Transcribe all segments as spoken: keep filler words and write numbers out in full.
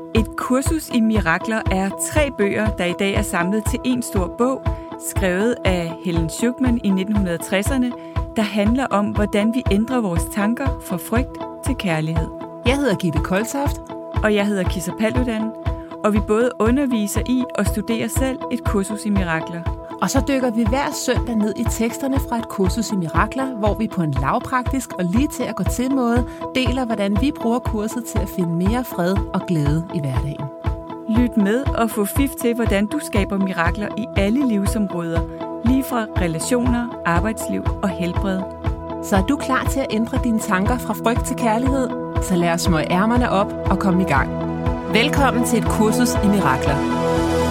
Et kursus i mirakler er tre bøger, der i dag er samlet til en stor bog, skrevet af Helen Schucman i nitten tresserne, der handler om, hvordan vi ændrer vores tanker fra frygt til kærlighed. Jeg hedder Gitte Koltoft. Og jeg hedder Kisser Paludan, og vi både underviser i og studerer selv et kursus i mirakler. Og så dykker vi hver søndag ned i teksterne fra et kursus i mirakler, hvor vi på en lavpraktisk og lige til at gå til måde deler, hvordan vi bruger kurset til at finde mere fred og glæde i hverdagen. Lyt med og få fif til, hvordan du skaber mirakler i alle livsområder, lige fra relationer, arbejdsliv og helbred. Så er du klar til at ændre dine tanker fra frygt til kærlighed? Så lad os smøge ærmerne op og komme i gang. Velkommen til et kursus i mirakler.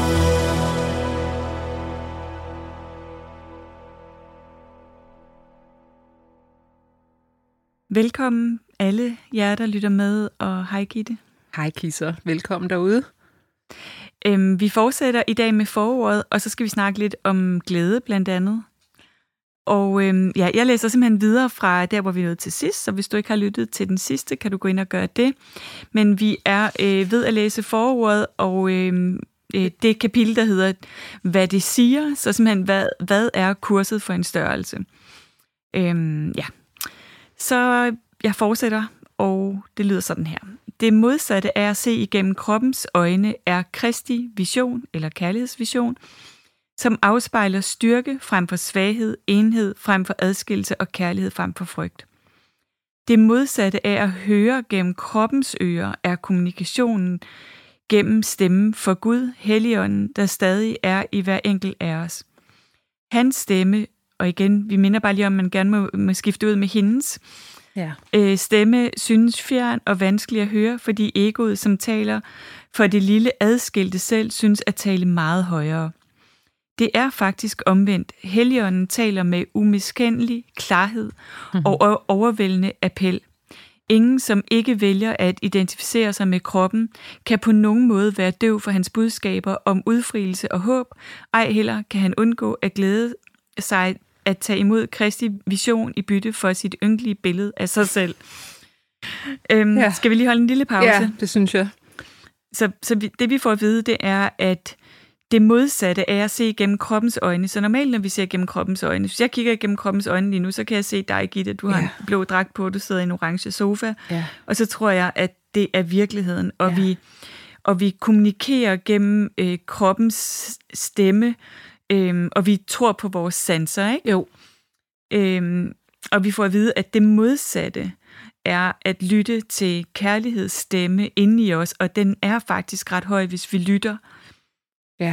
Velkommen alle jer, der lytter med, og hej Gitte. Hej Kisser, velkommen derude. Øhm, vi fortsætter i dag med forordet, og så skal vi snakke lidt om glæde blandt andet. Og øhm, ja, jeg læser simpelthen videre fra der, hvor vi nåede til sidst, så hvis du ikke har lyttet til den sidste, kan du gå ind og gøre det. Men vi er øh, ved at læse forordet, og øh, det kapitel, der hedder, hvad det siger, så simpelthen, hvad, hvad er kurset for en størrelse? Øhm, ja. Så jeg fortsætter, og det lyder sådan her. Det modsatte af at se igennem kroppens øjne er Kristi vision, eller kærlighedsvision, som afspejler styrke frem for svaghed, enhed frem for adskillelse og kærlighed frem for frygt. Det modsatte af at høre gennem kroppens ører er kommunikationen gennem stemmen for Gud, Helligånden, der stadig er i hver enkelt af os. Hans stemme, og igen, vi minder bare lige om, at man gerne må, må skifte ud med hendes, ja. øh, stemme synes fjern og vanskelig at høre, fordi egoet, som taler for det lille adskilte selv, synes at tale meget højere. Det er faktisk omvendt. Helligånden taler med umiskendelig klarhed mm-hmm. og overvældende appel. Ingen, som ikke vælger at identificere sig med kroppen, kan på nogen måde være døv for hans budskaber om udfrielse og håb. Ej heller kan han undgå at glæde sig at tage imod Kristi vision i bytte for sit ynkelige billede af sig selv. Øhm, ja. Skal vi lige holde en lille pause? Ja, det synes jeg. Så, så vi, det vi får at vide, det er, at det modsatte er at se gennem kroppens øjne. Så normalt, når vi ser gennem kroppens øjne, hvis jeg kigger gennem kroppens øjne lige nu, så kan jeg se dig, Gitte, du har ja. en blå dragt på, du sidder i en orange sofa, ja. og så tror jeg, at det er virkeligheden, og, ja. vi, og vi kommunikerer gennem øh, kroppens stemme, øh, og vi tror på vores sanser, ikke? Jo. Øh, og vi får at vide, at det modsatte er at lytte til kærlighedsstemme inde i os, og den er faktisk ret høj, hvis vi lytter. Ja,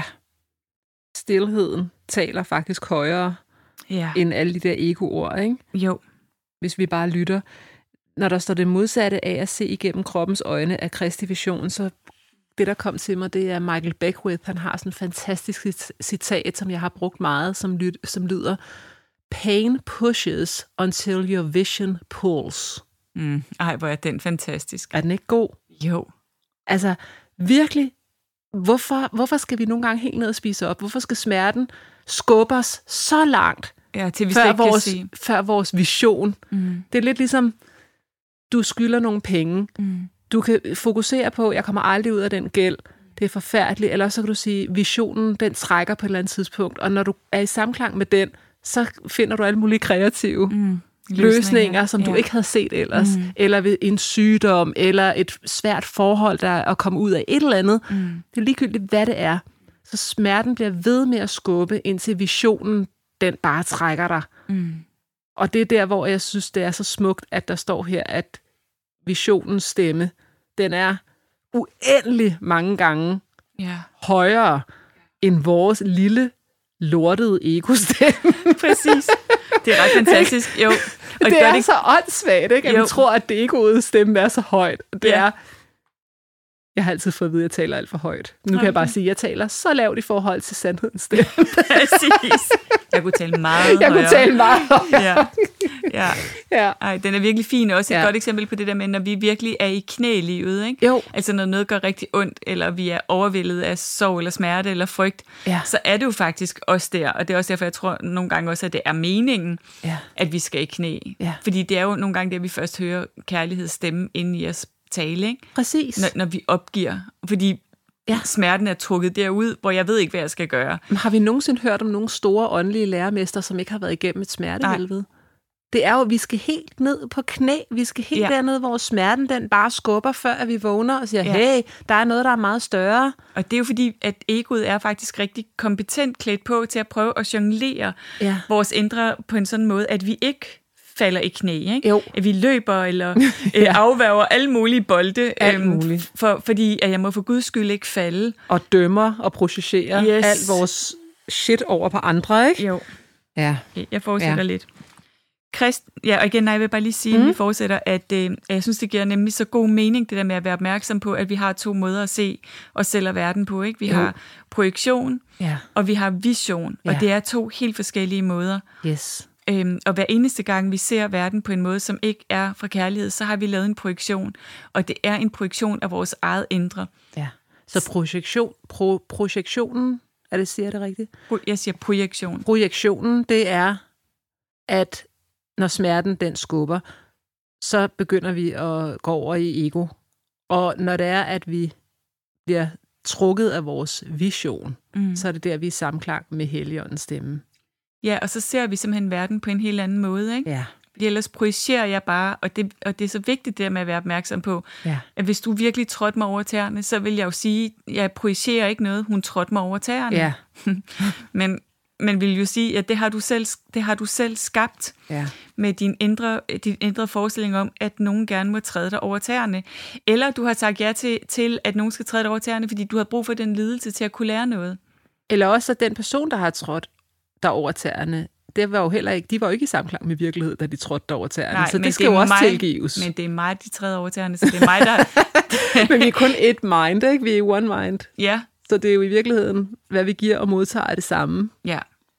stilheden taler faktisk højere ja. end alle de der ego-ord, ikke? Jo. Hvis vi bare lytter. Når der står det modsatte af at se igennem kroppens øjne af Kristi vision, så det, der kom til mig, det er Michael Beckwith. Han har sådan et fantastisk citat, som jeg har brugt meget, som, lyd, som lyder: Pain pushes until your vision pulls. Mm. Ej, hvor er den fantastisk. Er den ikke god? Jo. Altså, virkelig. Hvorfor, hvorfor skal vi nogle gange helt ned og spise op? Hvorfor skal smerten skubbe os så langt, ja, til vi før, ikke vores, kan se. før vores vision? Mm. Det er lidt ligesom, du skylder nogle penge. Mm. Du kan fokusere på, jeg kommer aldrig ud af den gæld. Det er forfærdeligt. Eller så kan du sige, visionen, den trækker på et eller andet tidspunkt. Og når du er i samklang med den, så finder du alle mulige kreative mm. løsninger, løsninger, som ja. du ikke havde set ellers, mm. eller ved en sygdom, eller et svært forhold, der er at komme ud af et eller andet. Mm. Det er ligegyldigt, hvad det er. Så smerten bliver ved med at skubbe, indtil visionen, den bare trækker dig. Mm. Og det er der, hvor jeg synes, det er så smukt, at der står her, at visionens stemme, den er uendelig mange gange ja. højere end vores lille lortede ego-stemme. Præcis. Det er ret fantastisk, jo. Og det er det... så åndssvagt, ikke? At jo. vi tror, at det egoets stemme er så højt. Det ja. er... Jeg har altid fået at vide, at jeg taler alt for højt. Nu okay. kan jeg bare sige, at jeg taler så lavt i forhold til sandhedens stemme. Præcis. Jeg kunne tale meget jeg højere. Jeg kunne tale meget højere. Ja. Ja. ja. Ej, den er virkelig fin. Også et ja. godt eksempel på det der med, når vi virkelig er i knæ i livet, ikke? Jo. Altså når noget går rigtig ondt, eller vi er overvældet af sorg, eller smerte, eller frygt, ja. så er det jo faktisk også der. Og det er også derfor, jeg tror nogle gange også, at det er meningen, ja. at vi skal i knæ. Ja. Fordi det er jo nogle gange det, vi først hører kærlighedsstemme inde i os, tale, ikke? Præcis. Når, når vi opgiver. Fordi ja. smerten er trukket derud, hvor jeg ved ikke, hvad jeg skal gøre. Men har vi nogensinde hørt om nogle store åndelige lærermester, som ikke har været igennem et smertehelvede? Det er jo, vi skal helt ned på knæ. Vi skal helt ja. derned, hvor smerten den bare skubber, før at vi vågner og siger, ja. hey, der er noget, der er meget større. Og det er jo fordi, at egoet er faktisk rigtig kompetent klædt på til at prøve at jonglere ja. vores indre på en sådan måde, at vi ikke falder i knæ, ikke? Jo. At vi løber eller ja. øh, afværger alle mulige bolde, alt øhm, muligt. For, fordi at jeg må for guds skyld ikke falde. Og dømmer og projicerer yes. alt vores shit over på andre, ikke? Jo. Ja. Jeg fortsætter ja. lidt. Christ, ja, og igen, nej, jeg vil bare lige sige, mm. vi fortsætter, at øh, jeg synes, det giver nemlig så god mening, det der med at være opmærksom på, at vi har to måder at se os selv og verden på, ikke? Vi jo. har projektion, ja. og vi har vision, ja. og det er to helt forskellige måder. Yes. Øhm, og hver eneste gang, vi ser verden på en måde, som ikke er fra kærlighed, så har vi lavet en projektion, og det er en projektion af vores eget indre. Ja. Så projektion, pro, projektionen, er det, siger jeg det rigtigt? Jeg siger projektion. Projektionen, det er, at når smerten den skubber, så begynder vi at gå over i ego. Og når det er, at vi bliver trukket af vores vision, mm. så er det der, vi er i samklang med Helligåndens stemme. Ja, og så ser vi simpelthen verden på en helt anden måde, ikke? Ja. Fordi ellers projicerer jeg bare, og det, og det er så vigtigt det med at være opmærksom på, ja. at hvis du virkelig trådte mig over tæerne, så vil jeg jo sige, at jeg projicerer ikke noget, hun trådte mig over tæerne. Ja. Men man vil jo sige, at det har du selv, det har du selv skabt ja. med din indre, din indre forestilling om, at nogen gerne må træde dig over tæerne. Eller du har sagt ja til, til, at nogen skal træde dig over tæerne, fordi du har brug for den lidelse til at kunne lære noget. Eller også, at den person, der har trådt dig over tæerne, det var jo heller ikke, de var jo ikke i samklang med virkeligheden, da de trådte dig over tæerne. Nej, så det skal det jo også mig, tilgives. Men det er mig, de træder over tæerne, så det er mig, der... Men vi er kun et mind, ikke? Vi er one mind. Ja. Så det er jo i virkeligheden, hvad vi giver og modtager, er det samme. Ja,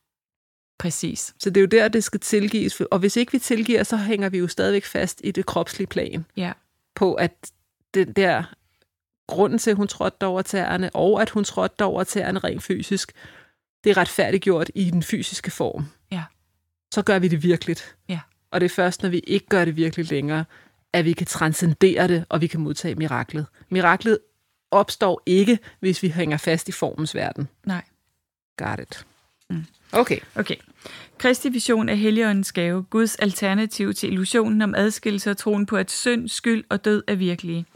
præcis. Så det er jo der, det skal tilgives. Og hvis ikke vi tilgiver, så hænger vi jo stadigvæk fast i det kropslige plan. Ja. På at den der grunden til, at hun trådte dig over tæerne, og at hun trådte dig over tæerne rent fysisk, det er retfærdiggjort i den fysiske form. Ja. Så gør vi det virkeligt. Ja. Og det er først, når vi ikke gør det virkelig længere, at vi kan transcendere det, og vi kan modtage miraklet. Miraklet opstår ikke, hvis vi hænger fast i formens verden. Nej. Got it. Mm. Okay. Okay. Kristi vision af Helligåndens gave, Guds alternativ til illusionen om adskillelse og troen på, at synd, skyld og død er virkelige.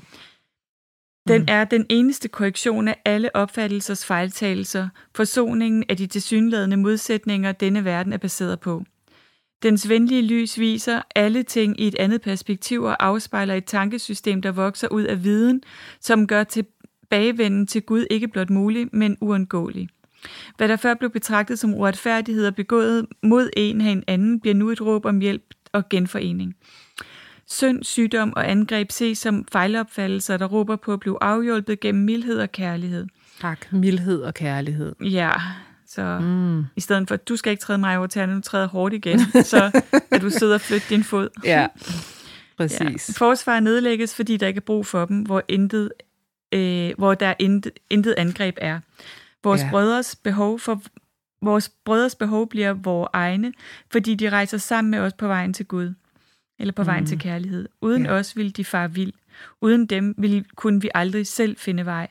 Den er den eneste korrektion af alle opfattelsers fejltagelser, forsoningen af de tilsyneladende modsætninger, denne verden er baseret på. Dens venlige lys viser alle ting i et andet perspektiv og afspejler et tankesystem, der vokser ud af viden, som gør tilbagevenden til Gud ikke blot mulig, men uundgåelig. Hvad der før blev betragtet som uretfærdigheder begået mod en af en anden, bliver nu et råb om hjælp og genforening. Synd, sygdom og angreb ses som fejlopfattelser, der råber på at blive afhjulpet gennem mildhed og kærlighed. Tak, mildhed og kærlighed. Ja, så mm. i stedet for, at du skal ikke træde mig over tæerne, du træder hårdt igen, så at du sidder og flytter din fod. Ja, præcis. Ja. Forsvar nedlægges, fordi der ikke er brug for dem, hvor, intet, øh, hvor der intet, intet angreb er. Vores, ja. brødres behov for, vores brødres behov bliver vores egne, fordi de rejser sammen med os på vejen til Gud. Eller på vejen mm. til kærlighed. Uden ja. os ville de fare vild. Uden dem ville, kunne vi aldrig selv finde vej.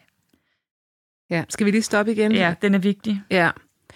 Ja, skal vi lige stoppe igen? Ja, den er vigtig. Ja.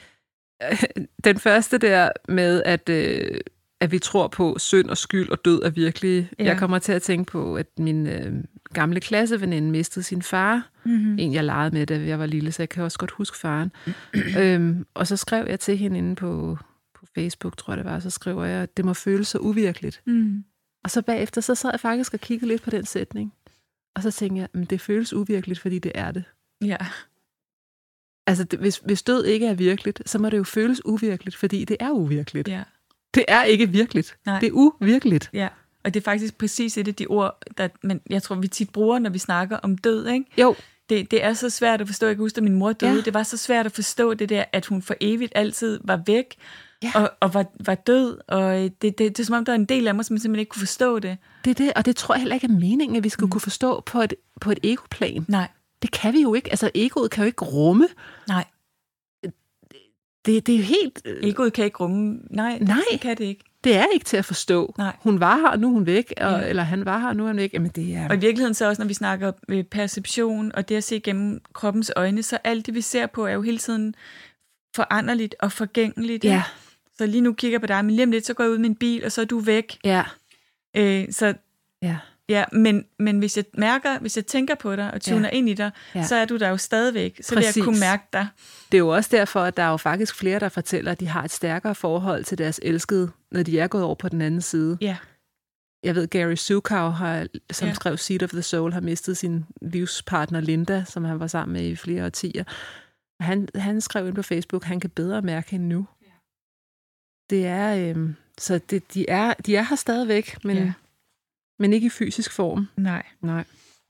Den første der med, at, øh, at vi tror på synd og skyld og død er virkelig. Ja. Jeg kommer til at tænke på, at min øh, gamle klasseveninde mistede sin far. Mm-hmm. En, jeg legede med, da jeg var lille, så jeg kan også godt huske faren. øhm, og så skrev jeg til hende inde på... Facebook, tror jeg det var, så skriver jeg, at det må føles så uvirkeligt. Mm. Og så bagefter, så sad jeg faktisk og kiggede lidt på den sætning. Og så tænkte jeg, at det føles uvirkeligt, fordi det er det. Ja. Altså, det, hvis, hvis død ikke er virkeligt, så må det jo føles uvirkeligt, fordi det er uvirkeligt. Ja. Det er ikke virkeligt. Nej. Det er uvirkeligt. Ja, og det er faktisk præcis et af de ord, der, men jeg tror, vi tit bruger, når vi snakker om død, ikke? Jo. Det, det er så svært at forstå. Jeg kan huske, at min mor døde. Ja. Det var så svært at forstå det der, at hun for evigt altid var væk, ja. og, og var, var død. Og det, det, det er som om, der er en del af mig, som simpelthen ikke kunne forstå det. Det er det, og det tror jeg heller ikke er meningen, at vi skal mm. kunne forstå på et, på et egoplan. Nej. Det kan vi jo ikke. Altså, egoet kan jo ikke rumme. Nej. Det, det er jo helt... Egoet kan ikke rumme... Nej, Nej. det kan det ikke. Det er ikke til at forstå. Nej. Hun var her, og nu er hun væk, og, Ja. eller han var her, og nu er han væk. Jamen, det er... Og i virkeligheden så også, når vi snakker perception, og det at se gennem kroppens øjne, så alt det, vi ser på, er jo hele tiden foranderligt og forgængeligt. Ja. Så lige nu kigger jeg på dig, men lige om lidt, så går jeg ud med en bil, og så er du væk. Ja. Øh, så Ja. ja, men, men hvis jeg mærker, hvis jeg tænker på dig og tuner Ja. ind i dig, Ja. så er du der jo stadigvæk. Så Præcis. vil jeg kunne mærke dig. Det er jo også derfor, at der er jo faktisk flere, der fortæller, at de har et stærkere forhold til deres elskede, når de er gået over på den anden side. Ja. Jeg ved, Gary Zukav, har, som Ja. skrev Seed of the Soul, har mistet sin livspartner Linda, som han var sammen med i flere årtier. Han, han skrev ind på Facebook, han kan bedre mærke hende nu. Ja. Det er, øhm, så det, de, er, de er her stadigvæk, men, Ja. men ikke i fysisk form. Nej. Nej.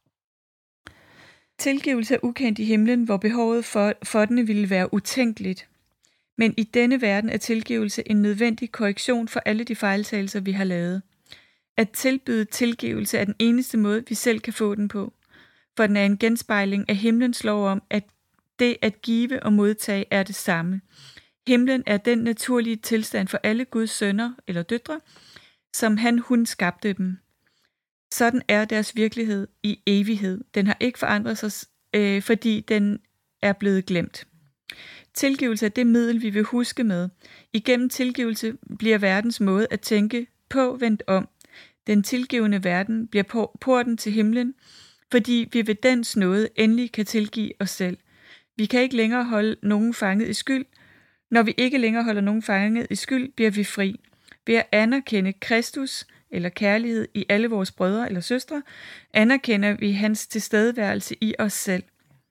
Tilgivelse er ukendt i himlen, hvor behovet for, for den ville være utænkeligt. Men i denne verden er tilgivelse en nødvendig korrektion for alle de fejltagelser, vi har lavet. At tilbyde tilgivelse er den eneste måde, vi selv kan få den på. For den er en genspejling af himlens lov om, at det at give og modtage er det samme. Himlen er den naturlige tilstand for alle Guds sønner eller døtre, som han hun skabte dem. Sådan er deres virkelighed i evighed. Den har ikke forandret sig, øh, fordi den er blevet glemt. Tilgivelse er det middel, vi vil huske med. Igennem tilgivelse bliver verdens måde at tænke på vendt om. Den tilgivende verden bliver porten til himlen, fordi vi ved dens nåde endelig kan tilgive os selv. Vi kan ikke længere holde nogen fanget i skyld. Når vi ikke længere holder nogen fanget i skyld, bliver vi fri. Ved at anerkende Kristus eller kærlighed i alle vores brødre eller søstre, anerkender vi hans tilstedeværelse i os selv.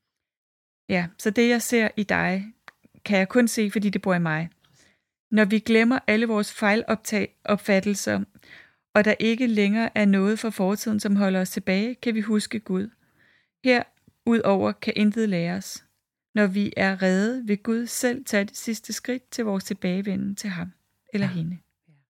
Ja, så det jeg ser i dig, kan jeg kun se, fordi det bor i mig. Når vi glemmer alle vores fejlopfattelser, og der ikke længere er noget fra fortiden, som holder os tilbage, kan vi huske Gud. Herudover kan intet læres. Når vi er redde, vil Gud selv tage det sidste skridt til vores tilbagevenden til ham eller ja. hende.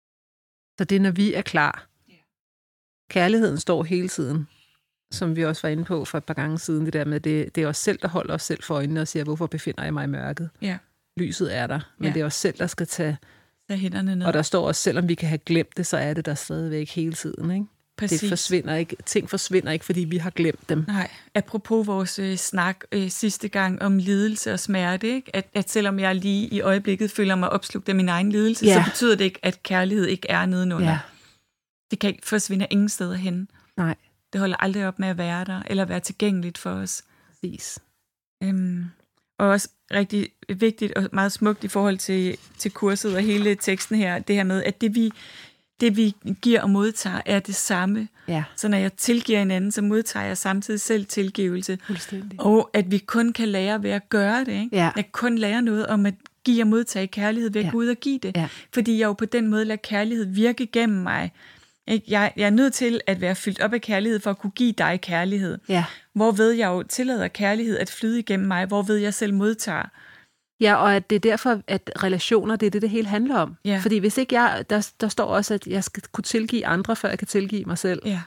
Så det er, når vi er klar. Kærligheden står hele tiden, som vi også var inde på for et par gange siden, det der med, det, det er os selv, der holder os selv for øjnene og siger, hvorfor befinder jeg mig i mørket? Ja. Lyset er der, men ja. det er os selv, der skal tage hænderne ned. Og der står også, selvom vi kan have glemt det, så er det der stadigvæk hele tiden, ikke? Præcis. Det forsvinder ikke. Ting forsvinder ikke, fordi vi har glemt dem. Nej. Apropos vores øh, snak øh, sidste gang om lidelse og smerte, ikke? At, at selvom jeg lige i øjeblikket føler mig opslugt af min egen lidelse, ja. så betyder det ikke, at kærlighed ikke er nedenunder. Ja. Det kan ikke forsvinde ingen steder hen. Nej. Det holder aldrig op med at være der, eller være tilgængeligt for os. Præcis. Øhm, og også rigtig vigtigt og meget smukt i forhold til, til kurset og hele teksten her, det her med, at det vi, det vi giver og modtager, er det samme. Ja. Så når jeg tilgiver en anden, så modtager jeg samtidig selv tilgivelse. Fuldstændig. Og at vi kun kan lære ved at gøre det. Ikke? Ja. Jeg kun lære noget om at give og modtage kærlighed ved at ja. gå ud og give det. Ja. Fordi jeg jo på den måde lader kærlighed virke gennem mig. Jeg, jeg er nødt til at være fyldt op af kærlighed for at kunne give dig kærlighed. Ja. Hvorved jeg jo tillader kærlighed at flyde igennem mig, hvorved jeg selv modtager. Ja, og at det er derfor, at relationer, det er det, det hele handler om. Ja. Fordi hvis ikke jeg, der, der står også, at jeg skal kunne tilgive andre, før jeg kan tilgive mig selv. Ja.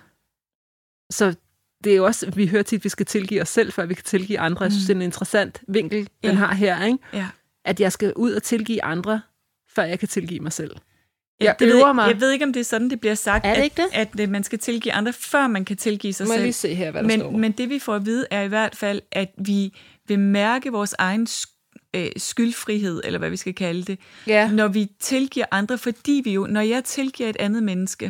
Så det er jo også, vi hører tit, at vi skal tilgive os selv, før vi kan tilgive andre. Mm. Jeg synes, det er en interessant vinkel, ja. den har her, ikke? Ja. At jeg skal ud og tilgive andre, før jeg kan tilgive mig selv. Jeg, jeg, ved, mig. jeg ved ikke, om det er sådan, det bliver sagt, er det ikke det? At, at, at man skal tilgive andre, før man kan tilgive sig Må selv. Må lige se her, hvad der men, står. Men det, vi får at vide, er i hvert fald, at vi vil mærke vores egen øh, skyldfrihed, eller hvad vi skal kalde det, ja. når vi tilgiver andre, fordi vi jo, når jeg tilgiver et andet menneske,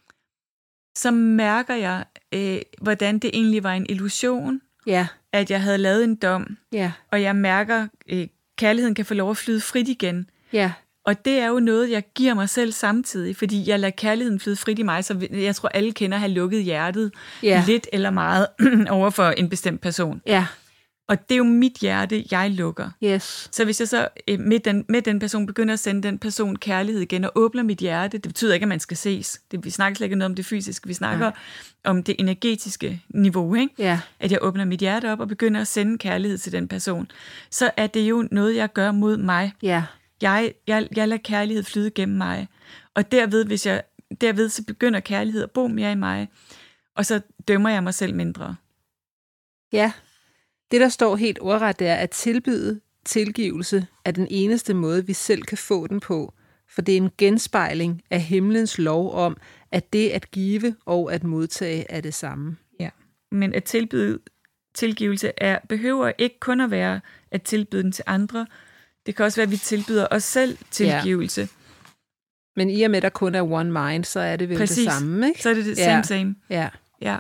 så mærker jeg, øh, hvordan det egentlig var en illusion, ja. at jeg havde lavet en dom, ja. og jeg mærker, øh, kærligheden kan få lov at flyde frit igen. Ja. Og det er jo noget, jeg giver mig selv samtidig, fordi jeg lader kærligheden flyde frit i mig, så jeg tror, alle kender at have lukket hjertet ja. lidt eller meget over for en bestemt person. Ja. Og det er jo mit hjerte, jeg lukker. Yes. Så hvis jeg så med den, med den person begynder at sende den person kærlighed igen og åbner mit hjerte, det betyder ikke, at man skal ses. Det, vi snakker slet ikke noget om det fysiske, vi snakker ja. om det energetiske niveau, ikke? Ja. At jeg åbner mit hjerte op og begynder at sende kærlighed til den person. Så er det jo noget, jeg gør mod mig. Ja. Jeg, jeg, jeg lader kærlighed flyde gennem mig. Og derved, hvis jeg, derved så begynder kærlighed at bo mere i mig, og så dømmer jeg mig selv mindre. Ja. Det, der står helt ordret, det er, at tilbyde tilgivelse er den eneste måde, vi selv kan få den på. for det er en genspejling af himlens lov om, at det at give og at modtage er det samme. Ja, men at tilbyde tilgivelse er, behøver ikke kun at være at tilbyde den til andre. Det kan også være, at vi tilbyder os selv tilgivelse. Ja. Men i og med, at der kun er one mind, så er det vel Præcis. det samme, ikke? Så er det det same, ja. same. Ja. Ja.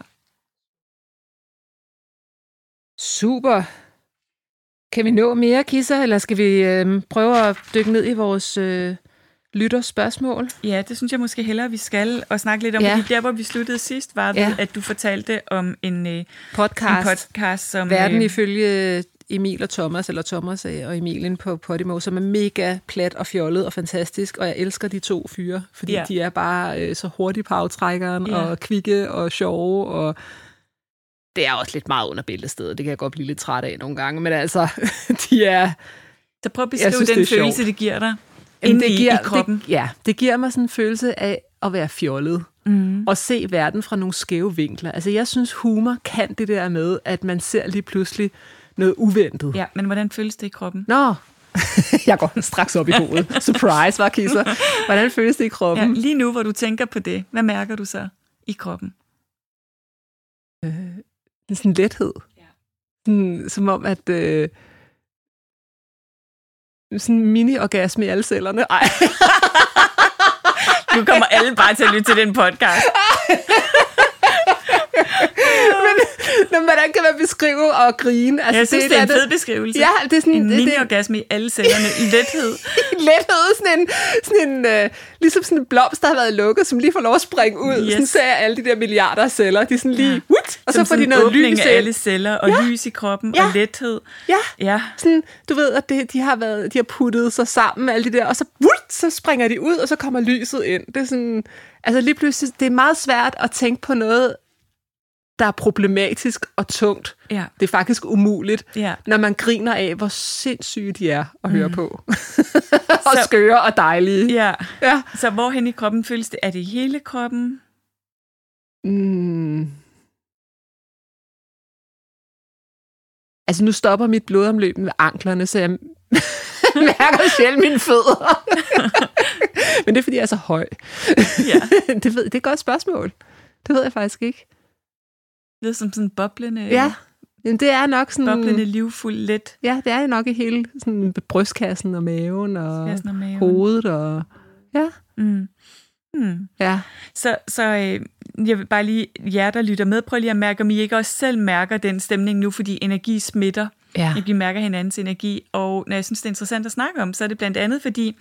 Super. Kan vi nå mere, Kisser, eller skal vi øh, prøve at dykke ned i vores øh, lytters spørgsmål? Ja, det synes jeg måske hellere, vi skal, og snakke lidt om, ja. fordi der, hvor vi sluttede sidst, var det, ja. at du fortalte om en, øh, podcast. en podcast, som... Verden øh, ifølge Emil og Thomas, eller Thomas og Emilien på Podimo, som er mega plat og fjollet og fantastisk, og jeg elsker de to fyre, fordi ja. de er bare øh, så hurtige på aftrækkeren, ja. og kvikke og sjove, og det er også lidt meget under bæltestedet. Det kan jeg godt blive lidt træt af nogle gange, men altså, de er... Så prøv at beskrive synes, den det følelse, sjovt. det giver dig Jamen, det i, giver, i kroppen. Det, ja, det giver mig sådan en følelse af at være fjollet. Mm. Og se verden fra nogle skæve vinkler. Altså, jeg synes, humor kan det der med, at man ser lige pludselig noget uventet. Ja, men hvordan føles det i kroppen? Nå, jeg går straks op i hovedet. Surprise, var Kisser. Hvordan føles det i kroppen? Ja, lige nu, hvor du tænker på det, hvad mærker du så i kroppen? Øh, det er sådan en lethed. Ja. Sådan, som om, at... Øh, sådan en mini-orgasme i alle cellerne. Ej. Nu kommer alle bare til at lytte til den podcast. Men, men hvordan kan man beskrive og grine? Altså, jeg synes, det, det er en fed beskrivelse. Ja, det er sådan en mini-orgasme i alle cellerne. Lethed. Lethed, sådan en, sådan en øh, ligesom sådan en blomst, der har været lukket, som lige får lov at springe ud. Yes. Sådan ser jeg alle de der milliarder af celler. De er sådan lige, ja. Wut, og som så får de noget lys af alle celler, og ja. lys i kroppen, ja. og lethed. Ja, ja. Sådan, du ved, at det, de, har været, de har puttet sig sammen, alle de der, og så, wut, så springer de ud, og så kommer lyset ind. Det er sådan, altså lige pludselig, det er meget svært at tænke på noget, der er problematisk og tungt. Ja. Det er faktisk umuligt, ja. når man griner af, hvor sindssyge de er at høre mm. på. og så, skøre og dejlige. Ja. ja. Så hvorhen i kroppen føles det? Er det hele kroppen? Mm. Altså, nu stopper mit blodomløb med anklerne, så jeg mærker sjældent mine fødder. Men det er, fordi jeg er så høj. Ja. det, ved, det er et godt spørgsmål. Det ved jeg faktisk ikke. Det er som sådan boblende... Ja, men det er nok sådan... Boblende, livfuld, let. Ja, det er nok i hele sådan brystkassen og maven og, og maven. hovedet og... Ja. Mm. Mm. Ja. Så, så øh, jeg vil bare lige, jer der lytter med, prøv lige at mærke, om I ikke også selv mærker den stemning nu, fordi energi smitter. Ja. Vi mærker hinandens energi, og når jeg synes, det er interessant at snakke om, så er det blandt andet fordi,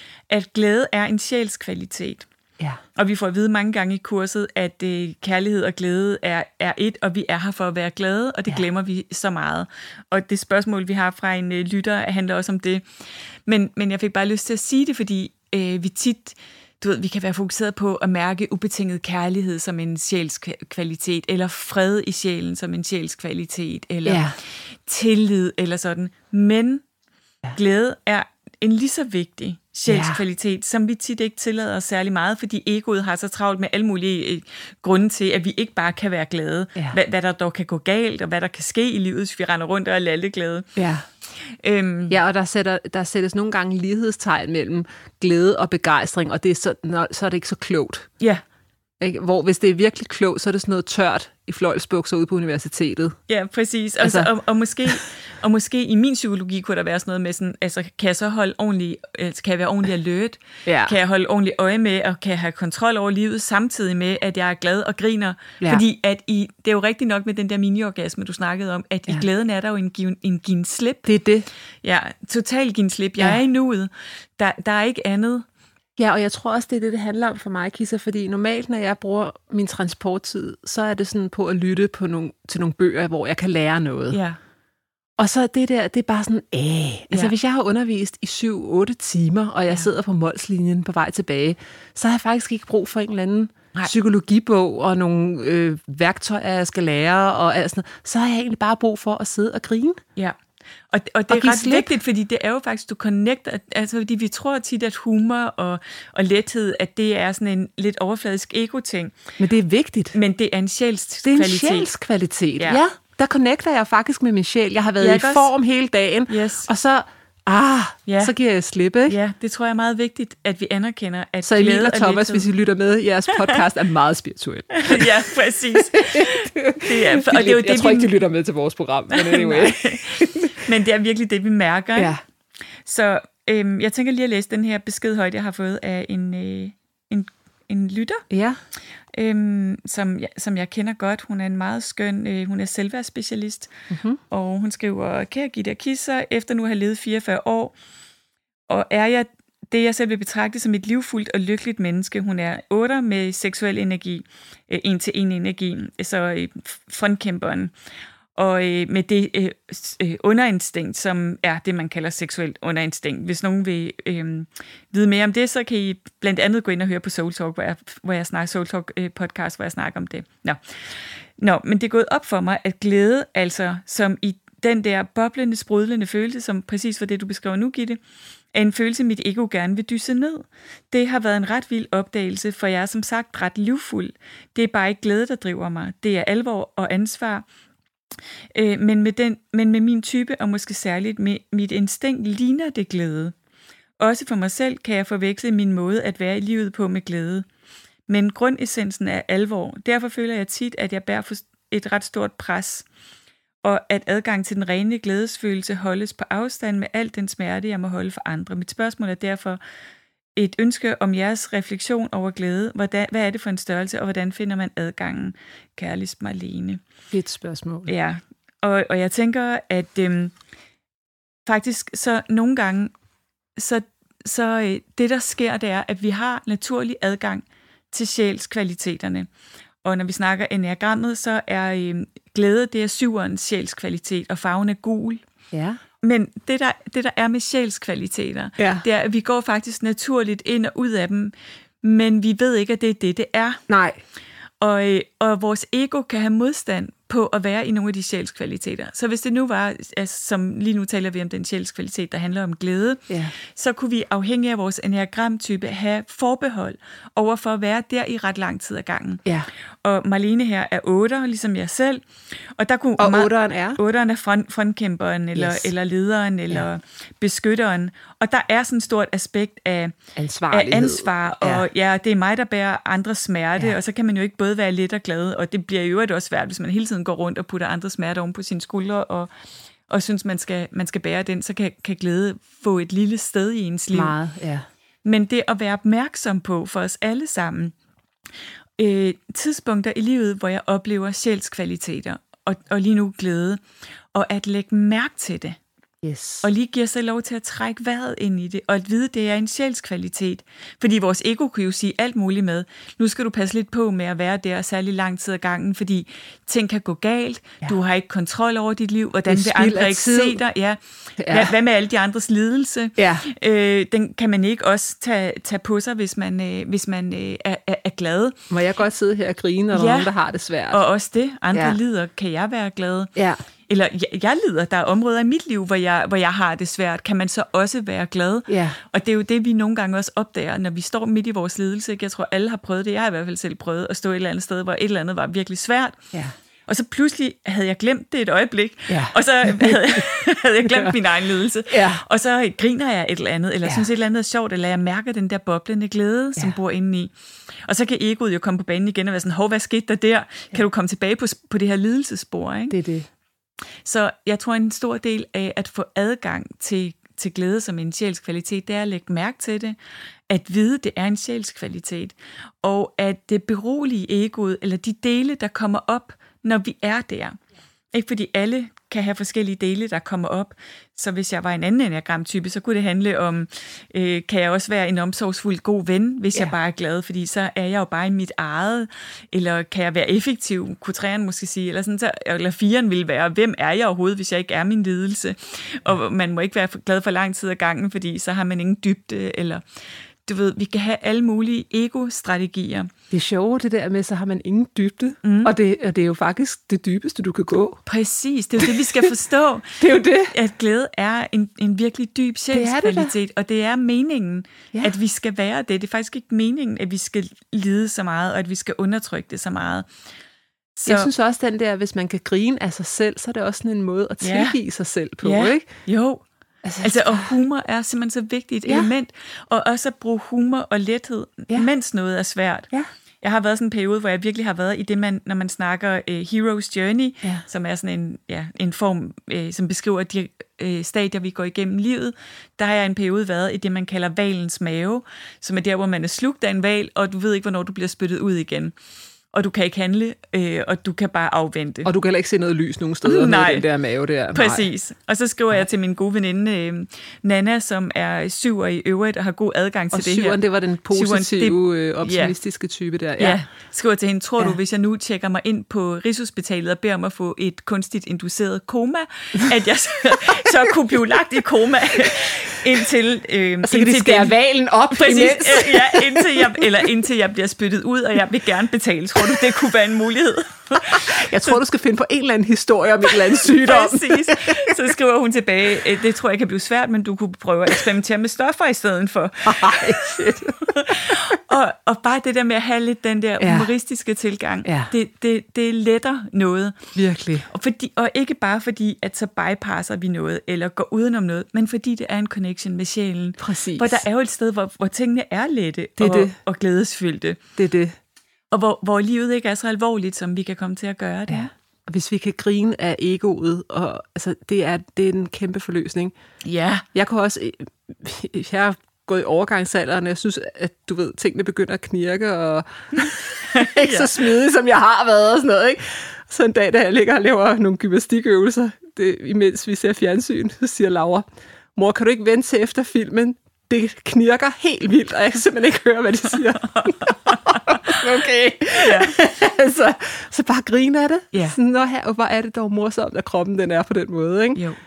at glæde er en sjælskvalitet. Ja. Og vi får at vide mange gange i kurset, at øh, kærlighed og glæde er, er et, og vi er her for at være glade, og det ja. glemmer vi så meget. Og det spørgsmål, vi har fra en øh, lytter, handler også om det. Men, men jeg fik bare lyst til at sige det, fordi øh, vi tit, du ved, vi kan være fokuseret på at mærke ubetinget kærlighed som en sjælskvalitet, eller fred i sjælen som en sjælskvalitet, eller ja. tillid, eller sådan. Men ja. glæde er en lige så vigtig sjælskvalitet, ja. som vi tit ikke tillader os særlig meget, fordi egoet har så travlt med alle mulige øh, grunde til, at vi ikke bare kan være glade. Ja. Hvad, hvad der dog kan gå galt, og hvad der kan ske i livet, hvis vi render rundt og er lalleglade. Ja. Øhm. Ja, og der, sætter, der sættes nogle gange lighedstegn mellem glæde og begejstring, og det er så, når, så er det ikke så klogt. Ja. Ikke? Hvor hvis det er virkelig klogt, så er det sådan noget tørt i fløjlsbukser ude på universitetet. Ja, præcis. Altså, altså, og, og, måske, og måske i min psykologi kunne der være sådan noget med sådan, altså kan jeg så holde ordentligt, altså, kan jeg være ordentligt alert? Ja. Kan jeg holde ordentligt øje med, og kan jeg have kontrol over livet, samtidig med, at jeg er glad og griner? Ja. Fordi at i, det er jo rigtigt nok med den der mini-orgasme, du snakkede om, at ja. i glæden er der jo en given, en given slip. Det er det. Ja, total given slip. Jeg ja. er i nuet. Der, der er ikke andet. Ja, og jeg tror også, det er det, det handler om for mig, Kisser, fordi normalt, når jeg bruger min transporttid, så er det sådan på at lytte på nogle, til nogle bøger, hvor jeg kan lære noget. Ja. Og så det der, det er bare sådan, æh. Altså, ja. hvis jeg har undervist i syv otte timer, og jeg ja. sidder på Molslinjen på vej tilbage, så har jeg faktisk ikke brug for en eller anden Nej. psykologibog og nogle øh, værktøjer, jeg skal lære, og alt sådan noget. Så har jeg egentlig bare brug for at sidde og grine. Ja. Og, og det og er ret slip. vigtigt, fordi det er jo faktisk, du connecter, altså fordi vi tror tit, at humor og, og lethed, at det er sådan en lidt overfladisk ego-ting. Men det er vigtigt. Men det er en sjælskvalitet. Det er en sjælskvalitet, ja. ja. Der connecter jeg faktisk med min sjæl. Jeg har været ja, i form hele dagen, yes. og så Ah, ja. så giver jeg slip, ikke? Ja, det tror jeg er meget vigtigt, at vi anerkender, at så Emil glæde og Thomas, lethed... hvis I lytter med, jeres podcast er meget spirituel. Ja, præcis. Det er, og det er jo det, jeg tror vi... ikke, de lytter med til vores program, men anyway. Men det er virkelig det, vi mærker. Ja. Så øhm, jeg tænker lige at læse den her besked højt, jeg har fået af en, øh, en, en lytter. Ja. Øhm, som, ja, som jeg kender godt. Hun er en meget skøn, øh, hun er selvværdsspecialist, mm-hmm. og hun skriver, kære Gitte og Kisser, efter nu at have levet fireogfyrre år, og er jeg det, jeg selv vil betragte som et livfuldt og lykkeligt menneske. Hun er otter med seksuel energi, øh, en til en energi, så øh, frontkæmperen, og øh, med det øh, underinstinkt, som er det, man kalder seksuelt underinstinkt. Hvis nogen vil øh, vide mere om det, så kan I blandt andet gå ind og høre på Soul Talk, hvor jeg, hvor jeg snakker Soul Talk øh, podcast, hvor jeg snakker om det. Nå. Nå, men det er gået op for mig, at glæde, altså som i den der boblende, sprudlende følelse, som præcis var det, du beskriver nu, Gitte, er en følelse, mit ego gerne vil dysse ned. Det har været en ret vild opdagelse, for jeg er som sagt ret livfuld. Det er bare ikke glæde, der driver mig. Det er alvor og ansvar. Øh, men, med den, men med min type, og måske særligt med mit instinkt, ligner det glæde. Også for mig selv kan jeg forveksle min måde at være i livet på med glæde. Men grundessensen er alvor. Derfor føler jeg tit, at jeg bærer et ret stort pres, og at adgang til den rene glædesfølelse holdes på afstand med al den smerte, jeg må holde for andre. Mit spørgsmål er derfor et ønske om jeres refleksion over glæde. Hvordan, hvad er det for en størrelse, og hvordan finder man adgangen? Kærligst Marlene. Et spørgsmål. Ja, og, og jeg tænker, at øhm, faktisk så nogle gange, så, så øh, det der sker, det er, at vi har naturlig adgang til sjælskvaliteterne. Og når vi snakker enneagrammet, så er øh, glæde, det er syverens sjælskvalitet, og farven er gul. Ja. Men det der, det, der er med sjælskvaliteter, ja. det er, at vi går faktisk naturligt ind og ud af dem, men vi ved ikke, at det er det, det er. Nej. Og, øh, og vores ego kan have modstand på at være i nogle af de sjælskvaliteter. Så hvis det nu var, altså, som lige nu taler vi om den sjælskvalitet, der handler om glæde, ja. så kunne vi afhængig af vores enneagramtype have forbehold over for at være der i ret lang tid ad gangen. Ja. Og Marlene her er otter, ligesom jeg selv. Og, der kunne og meget, otteren er? Otteren er front, frontkæmperen, eller, yes. eller lederen, eller ja. beskytteren. Og der er sådan et stort aspekt af, af ansvar, og ja. ja, det er mig, der bærer andres smerte, ja. og så kan man jo ikke både være let og glad, og det bliver jo også svært, hvis man hele tiden går rundt og putter andres smerte oven på sine skuldre, og, og synes, man skal, man skal bære den, så kan, kan glæde få et lille sted i ens liv. Meget, ja. Men det at være opmærksom på for os alle sammen, øh, tidspunkter i livet, hvor jeg oplever sjælskvaliteter, og, og lige nu glæde, og at lægge mærke til det. Yes. Og lige give sig lov til at trække vejret ind i det, og at vide, at det er en sjælskvalitet. Fordi vores ego kan jo sige alt muligt med, nu skal du passe lidt på med at være der særlig lang tid ad gangen, fordi ting kan gå galt, ja. du har ikke kontrol over dit liv, hvordan vil andre ikke se dig? Ja. Ja. Hvad, hvad med alle de andres lidelse? Ja. Øh, den kan man ikke også tage, tage på sig, hvis man, øh, hvis man øh, er, er, er glad. Må jeg godt sidde her og grine, når ja. der er nogen, der har det svært? Og også det. Andre ja. lider. Kan jeg være glad? Ja. Eller jeg, jeg lider, der er områder i mit liv, hvor jeg, hvor jeg har det svært. Kan man så også være glad? Ja. Og det er jo det, vi nogle gange også opdager, når vi står midt i vores lidelse. Jeg tror, alle har prøvet det. Jeg har i hvert fald selv prøvet at stå et eller andet sted, hvor et eller andet var virkelig svært. Ja. Og så pludselig havde jeg glemt det et øjeblik, ja. og så havde, havde jeg glemt min egen lidelse. Ja. Og så griner jeg et eller andet, eller ja. synes et eller andet er sjovt, eller jeg mærker den der boblende glæde, som ja. bor indeni. Og så kan egoet jo komme på banen igen og være sådan, hov, hvad skete der der? Ja. Kan du komme tilbage på, på det her lidelsesspor? Ikke? Det er det. Så jeg tror, en stor del af at få adgang til, til glæde som en sjælskvalitet, det er at lægge mærke til det, at vide, det er en sjælskvalitet, og at det berolige egoet, eller de dele, der kommer op, når vi er der. Ikke fordi alle kan have forskellige dele, der kommer op. Så hvis jeg var en anden enneagramtype, så kunne det handle om, øh, kan jeg også være en omsorgsfuld god ven, hvis ja. jeg bare er glad, fordi så er jeg jo bare i mit eget. Eller kan jeg være effektiv, kunne træeren måske sige, eller, sådan, så, eller firen ville være, hvem er jeg overhovedet, hvis jeg ikke er min lidelse? Og man må ikke være glad for lang tid ad gangen, fordi så har man ingen dybde, eller... Du ved, vi kan have alle mulige ego-strategier. Det er sjovt, det der med, så har man ingen dybde. Mm. Og, det, og det er jo faktisk det dybeste, du kan gå. Præcis, det er jo det, vi skal forstå. Det er jo det. At glæde er en, en virkelig dyb sjælskvalitet, og det er meningen, ja. at vi skal være det. Det er faktisk ikke meningen, at vi skal lide så meget, og at vi skal undertrykke det så meget. Så... Jeg synes også, den der, hvis man kan grine af sig selv, så er det også sådan en måde at tilgive ja. sig selv på, ja. ikke? Jo. Altså, altså, og humor er simpelthen så vigtigt et ja. element. Og også at bruge humor og lethed, ja. mens noget er svært. Ja. Jeg har været sådan en periode, hvor jeg virkelig har været i det, man, når man snakker uh, Hero's Journey, ja. som er sådan en, ja, en form, uh, som beskriver de uh, stadier, vi går igennem livet. Der har jeg en periode været i det, man kalder valens mave, som er der, hvor man er slugt af en val, og du ved ikke, hvornår du bliver spyttet ud igen. Og du kan ikke handle, øh, og du kan bare afvente. Og du kan heller ikke se noget lys nogen steder med den der mave der. Præcis. Og så skriver Nej. jeg til min gode veninde, øh, Nana, som er syver i øvrigt, og har god adgang til og det her. Og syveren, det var den positive, øh, optimistiske ja. type der. Ja. ja. Skriver til hende, tror ja. du, hvis jeg nu tjekker mig ind på Rigshospitalet og beder om at få et kunstigt induceret koma, at jeg så, så kunne blive lagt i koma indtil... Øh, og så kan de skære valen op Præcis, imens. ja, indtil jeg, eller indtil jeg bliver spyttet ud, og jeg vil gerne betale. Tror du, det kunne være en mulighed? Jeg tror, du skal finde på en eller anden historie om et eller andet sygdom. Præcis. Så skriver hun tilbage, det tror jeg kan blive svært, men du kunne prøve at eksperimentere med stoffer i stedet for. Ej, shit. og, og bare det der med at have lidt den der humoristiske ja. tilgang, ja. Det, det, det letter noget. Virkelig. Og, fordi, og ikke bare fordi, at så bypasser vi noget, eller går udenom noget, men fordi det er en connection med sjælen. Præcis. Hvor der er jo et sted, hvor, hvor tingene er lette det er og, det. og glædesfyldte. Det er det. Og hvor, hvor livet ikke er så alvorligt, som vi kan komme til at gøre det. Ja. Og hvis vi kan grine af egoet, og altså, det, er, det er en kæmpe forløsning. Ja. Jeg kan også... Jeg har gået i overgangsalderen, og jeg synes, at du ved, tingene begynder at knirke, og ikke ja. så smidig, som jeg har været, og sådan noget, ikke? Så en dag, da jeg ligger og laver nogle gymnastikøvelser, det, imens vi ser fjernsyn, så siger Laura, mor, kan du ikke vente til efter filmen? Det knirker helt vildt, og jeg kan simpelthen ikke høre, hvad de siger. Okay. Ja. så, så bare grine af det. Ja. Sådan, Nå, her, hvor er det dog morsomt, at kroppen den er på den måde. Ikke? Jo.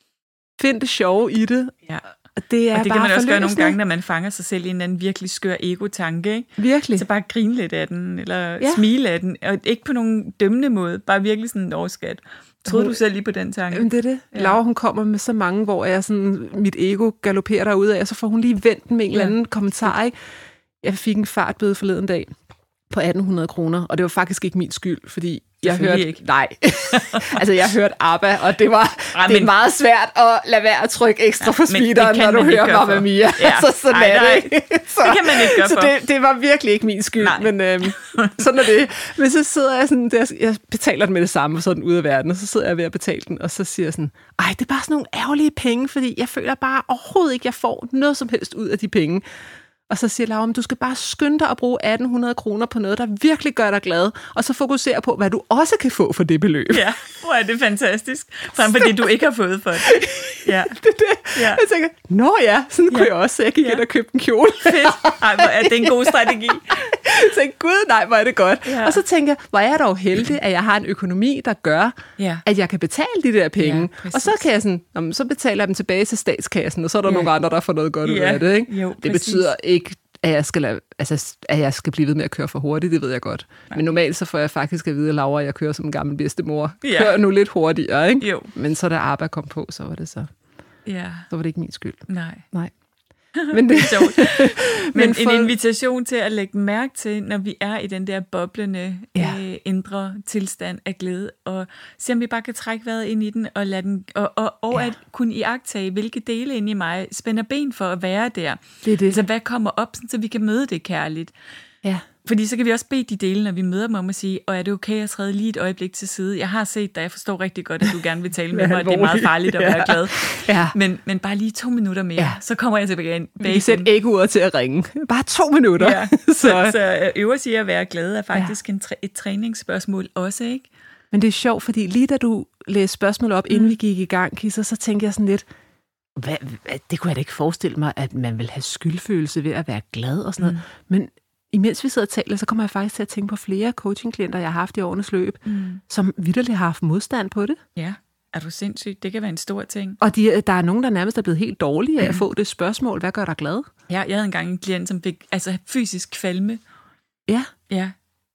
Find det sjove i det. Ja. Det er og det bare kan man også forløsende. gøre nogle gange, når man fanger sig selv i en anden virkelig skør ego-tanke. Ikke? Virkelig. Så bare grine lidt af den, eller ja. smile af den. Og ikke på nogen dømmende måde, bare virkelig sådan en overskat. Troede du selv lige på den tanke? Jamen det er det. Ja. Laura, hun kommer med så mange, hvor jeg sådan, mit ego galopperer derudad, og så får hun lige vendt med en ja. eller anden kommentar. Ikke? Jeg fik en fartbøde forleden dag på atten hundrede kroner, og det var faktisk ikke min skyld, fordi jeg hørte... Ikke. Nej. altså, jeg hørte ABBA, og det var Ej, det er men, meget svært at lade være at trykke ekstra ja, på speederen, når du hører Mamma Mia. Ja. så sådan Ej, er det ikke. Så, det kan man ikke gøre så for. det, det var virkelig ikke min skyld, nej. men øhm, sådan er det. Men så sidder jeg sådan, der, jeg betaler den med det samme, sådan ud af verden, og så sidder jeg ved at betale den, og så siger jeg sådan, ej, det er bare sådan nogle ærgerlige penge, fordi jeg føler bare overhovedet ikke, jeg får noget som helst ud af de penge. Og så siger Laura, du skal bare skynde dig at bruge atten hundrede kroner på noget, der virkelig gør dig glad, og så fokusere på, hvad du også kan få for det beløb. Ja, hvor er det fantastisk. Frem for det, du ikke har fået for det. Ja. det, det. Ja. Jeg tænker, nå ja, sådan ja. kunne jeg også, så jeg gik ja. ind og købte en kjole. Fedt. Ej, hvor er det en god strategi. Så tænkte, gud nej, hvor er det godt. Ja. Og så tænker jeg, hvor er jeg dog heldig, at jeg har en økonomi, der gør, ja. at jeg kan betale de der penge. Ja, og så kan jeg sådan, jamen, så betaler jeg dem tilbage til statskassen, og så er der ja. nogle andre, der får noget godt ja. ud af det. Ikke? Jo, det betyder ikke, at jeg, skal lade, altså, at jeg skal blive ved med at køre for hurtigt, det ved jeg godt. Nej. Men normalt så får jeg faktisk at vide, at Laura, jeg kører som en gammel bedstemor. Ja. Kører nu lidt hurtigere, ikke? Jo. Men så da ABBA kom på, så var det så. Ja. Så var det ikke min skyld. Nej. Nej. Men det er sjovt. Men, Men for... en invitation til at lægge mærke til, når vi er i den der boblende, ja. øh, indre tilstand af glæde, og se om vi bare kan trække vejret ind i den, og, lade den, og, og, og ja. at kunne iagttage, hvilke dele inde i mig spænder ben for at være der. Det er det. Altså, hvad kommer op, så vi kan møde det kærligt. Ja. Fordi så kan vi også bede de dele, når vi møder dem, om at sige, og er det okay at træde lige et øjeblik til side? Jeg har set dig, jeg forstår rigtig godt, at du gerne vil tale med mig, og det er meget farligt at være ja. glad. Ja. Men, men bare lige to minutter mere, ja. så kommer jeg tilbage igen. Vi kan sætte egoet til at ringe. Bare to minutter. Ja. så. så øver sig at være glad er faktisk ja. en træ- et træningsspørgsmål også, ikke? Men det er sjovt, fordi lige da du læste spørgsmål op, inden mm. vi gik i gang, Kisser, så tænkte jeg sådan lidt, hvad, det kunne jeg da ikke forestille mig, at man vil have skyldfølelse ved at være glad og sådan noget. Mm. Men imens vi sidder og taler, så kommer jeg faktisk til at tænke på flere coachingklienter, jeg har haft i årenes løb, mm. som vitterligt har haft modstand på det. Ja, er du sindssygt? Det kan være en stor ting. Og de, der er nogen, der nærmest er blevet helt dårlige af at få det spørgsmål, hvad gør dig glad? Ja, jeg havde engang en klient, som fik altså, fysisk kvalme. Ja. Ja.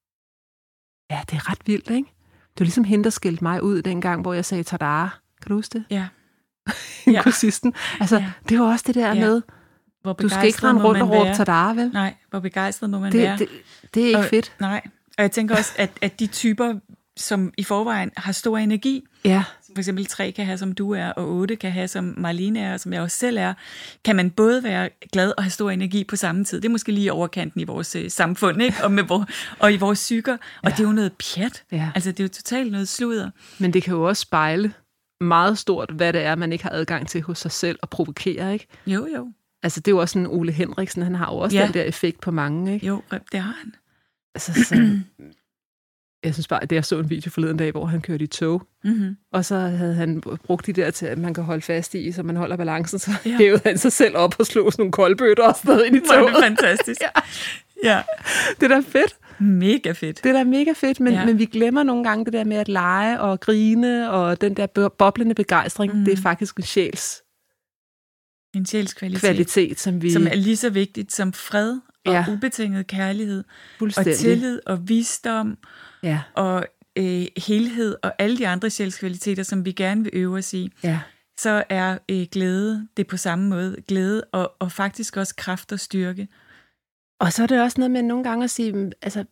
Ja, det er ret vildt, ikke? Det var ligesom hende, der skilte mig ud dengang, hvor jeg sagde tada. Kan du huske det? Ja. ja. Kursisten. Altså, ja. det var også det der ja. med... Du skal ikke rende rundt og råbe tada, vel? Nej, hvor begejstret må man det, være. Det, det er ikke og, fedt. Nej, og jeg tænker også, at, at de typer, som i forvejen har stor energi. Ja. For eksempel tre kan have, som du er, og otte kan have, som Marlene er, og som jeg også selv er. Kan man både være glad og have stor energi på samme tid. Det er måske lige overkanten i vores øh, samfund, ikke? Og, med vor, og i vores psyker. Og ja. Det er jo noget pjat. Ja. Altså, det er jo totalt noget sludder. Men det kan jo også spejle meget stort, hvad det er, man ikke har adgang til hos sig selv og provokere, ikke? Jo, jo. Altså, det er jo også sådan Ole Henriksen, han har jo også ja. den der effekt på mange, ikke? Jo, det har han. Altså, så... Jeg synes bare, at jeg så en video forleden dag, hvor han kørte i tog, mm-hmm. og så havde han brugt de der til, at man kan holde fast i, så man holder balancen, så ja. hævede han sig selv op og slog sådan nogle koldbøtter og sådan noget ind i toget. Det er fantastisk. ja. ja. Det er da fedt. Mega fedt. Det er da mega fedt, men, ja. men vi glemmer nogle gange det der med at lege og grine, og den der boblende begejstring, mm. det er faktisk en sjæls... En sjæls kvalitet. Kvalitet, som vi... Som er lige så vigtigt som fred og ja. ubetinget kærlighed, og tillid og visdom, ja. og øh, helhed og alle de andre sjælskvaliteter, som vi gerne vil øve os i, ja. så er øh, glæde det på samme måde. Glæde og, og faktisk også kraft og styrke. Og så er det også noget med nogle gange at sige, altså,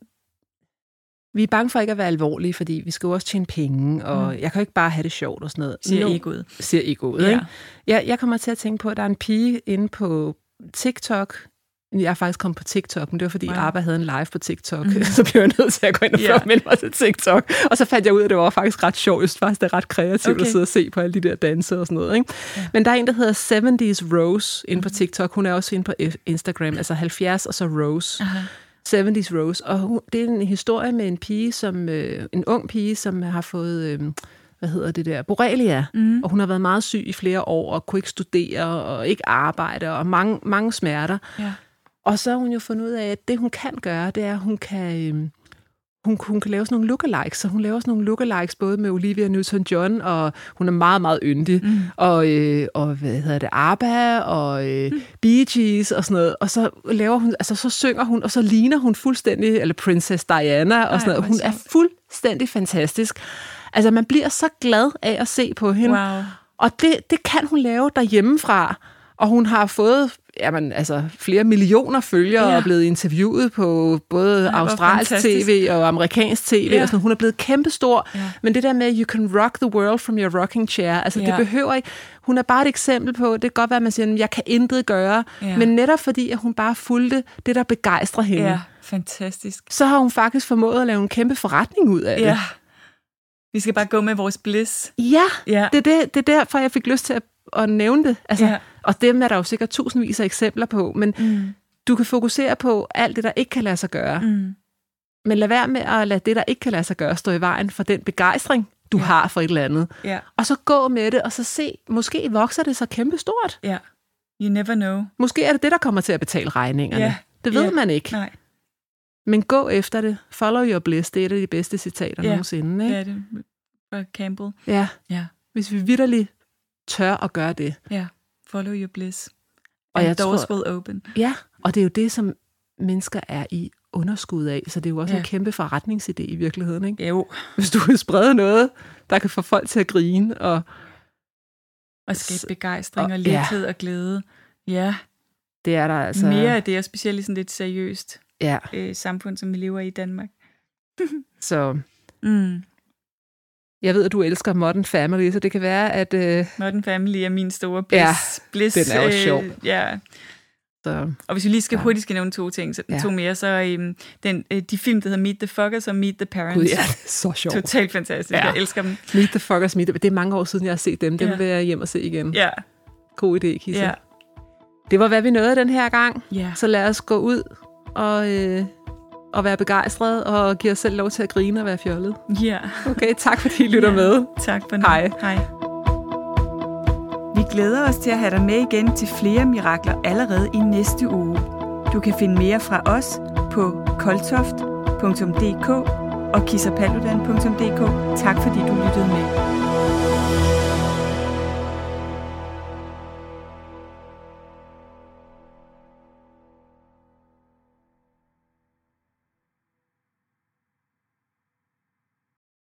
vi er bange for ikke at være alvorlige, fordi vi skal jo også tjene penge, og mm. jeg kan jo ikke bare have det sjovt og sådan noget. Siger egoet. Siger egoet, ja. ikke? Jeg, jeg kommer til at tænke på, at der er en pige inde på TikTok. Jeg er faktisk kommet på TikTok, men det var fordi, wow. Arba havde en live på TikTok. Mm. Så blev jeg nødt til at gå ind og yeah. melde mig til TikTok. Og så fandt jeg ud af, at det var faktisk ret sjovt. Jeg synes faktisk, det er ret kreativt okay. at sidde og se på alle de der danser og sådan noget. Ikke? Yeah. Men der er en, der hedder halvfjerds Rose inde på TikTok. Hun er også inde på Instagram, altså halvfjerds og så Rose. Uh-huh. halvfjerds Rose. Og hun, det er en historie med en pige, som øh, en ung pige, som har fået... Øh, hvad hedder det der, borrelia, mm. og hun har været meget syg i flere år, og kunne ikke studere, og ikke arbejde, og mange, mange smerter. Ja. Og så har hun jo fundet ud af, at det hun kan gøre, det er, at hun kan, øh, hun, hun kan lave sådan nogle lookalikes, så hun laver sådan nogle lookalikes, både med Olivia Newton-John, og hun er meget, meget yndig, mm. og, øh, og hvad hedder det, ABBA, og øh, mm. Bee Gees, og sådan noget, og så laver hun, altså så synger hun, og så ligner hun fuldstændig, eller Princess Diana, og sådan noget. Hun er fuldstændig fantastisk. Altså, man bliver så glad af at se på hende. Wow. Og det, det kan hun lave derhjemmefra. Og hun har fået jamen, altså, flere millioner følgere ja. og er blevet interviewet på både ja, australsk tv og amerikansk tv. Ja. Og sådan. Hun er blevet kæmpestor. Ja. Men det der med, you can rock the world from your rocking chair, altså ja. det behøver ikke... Hun er bare et eksempel på, det kan godt være, at man siger, jeg kan intet gøre. Ja. Men netop fordi, at hun bare fulgte det, der begejstrer hende. Ja, fantastisk. Så har hun faktisk formået at lave en kæmpe forretning ud af ja. det. Vi skal bare gå med vores bliss. Ja, ja. Det, er det, det er derfor, jeg fik lyst til at, at nævne det. Altså, ja. Og dem er der jo sikkert tusindvis af eksempler på, men mm. du kan fokusere på alt det, der ikke kan lade sig gøre. Mm. Men lad være med at lade det, der ikke kan lade sig gøre, stå i vejen for den begejstring, du ja. har for et eller andet. Ja. Og så gå med det, og så se, måske vokser det så kæmpestort. Ja, you never know. Måske er det det, der kommer til at betale regningerne. Ja. Det ved ja. man ikke. Nej. Men gå efter det. Follow your bliss. Det er et af de bedste citater ja. nogensinde. Ikke? Ja, det er Campbell. Ja. ja. Hvis vi vitterligt tør at gøre det. Ja. Follow your bliss. Og And doors tror, will open. Ja, og det er jo det, som mennesker er i underskud af. Så det er jo også ja. en kæmpe forretningsidé i virkeligheden. Ikke? Jo. Hvis du vil sprede noget, der kan få folk til at grine. Og, og skabe begejstring og, og lethed ja. og glæde. Ja. Det er der altså. Mere af det, og specielt i sådan lidt seriøst ja. øh, samfund, som vi lever i i Danmark. Så mm. jeg ved, at du elsker Modern Family, så det kan være, at... Øh... Modern Family er min store bliss. Ja, bliss, den er jo sjov. Øh, ja. Så, og hvis vi lige skal ja. hurtigt skal nævne to ting, så ja. to mere, så øh, den, øh, de film, der hedder Meet the Fuckers og Meet the Parents. Gud, ja, det er så sjovt. Totalt fantastisk. Ja. Jeg elsker dem. Meet the Fuckers, Meet the... Det er mange år siden, jeg har set dem. Dem ja. vil jeg hjem og se igen. Ja. God idé, Kisse. Ja. Det var, hvad vi nåede den her gang. Ja. Så lad os gå ud og, øh, og være begejstrede og give os selv lov til at grine og være fjollet. Ja. Okay, tak fordi I lytter ja. med. Tak for nu. Hej. Hej. Vi glæder os til at have dig med igen til flere mirakler allerede i næste uge. Du kan finde mere fra os på koltoft punktum d k og kissapaludan punktum d k. Tak fordi du lytter.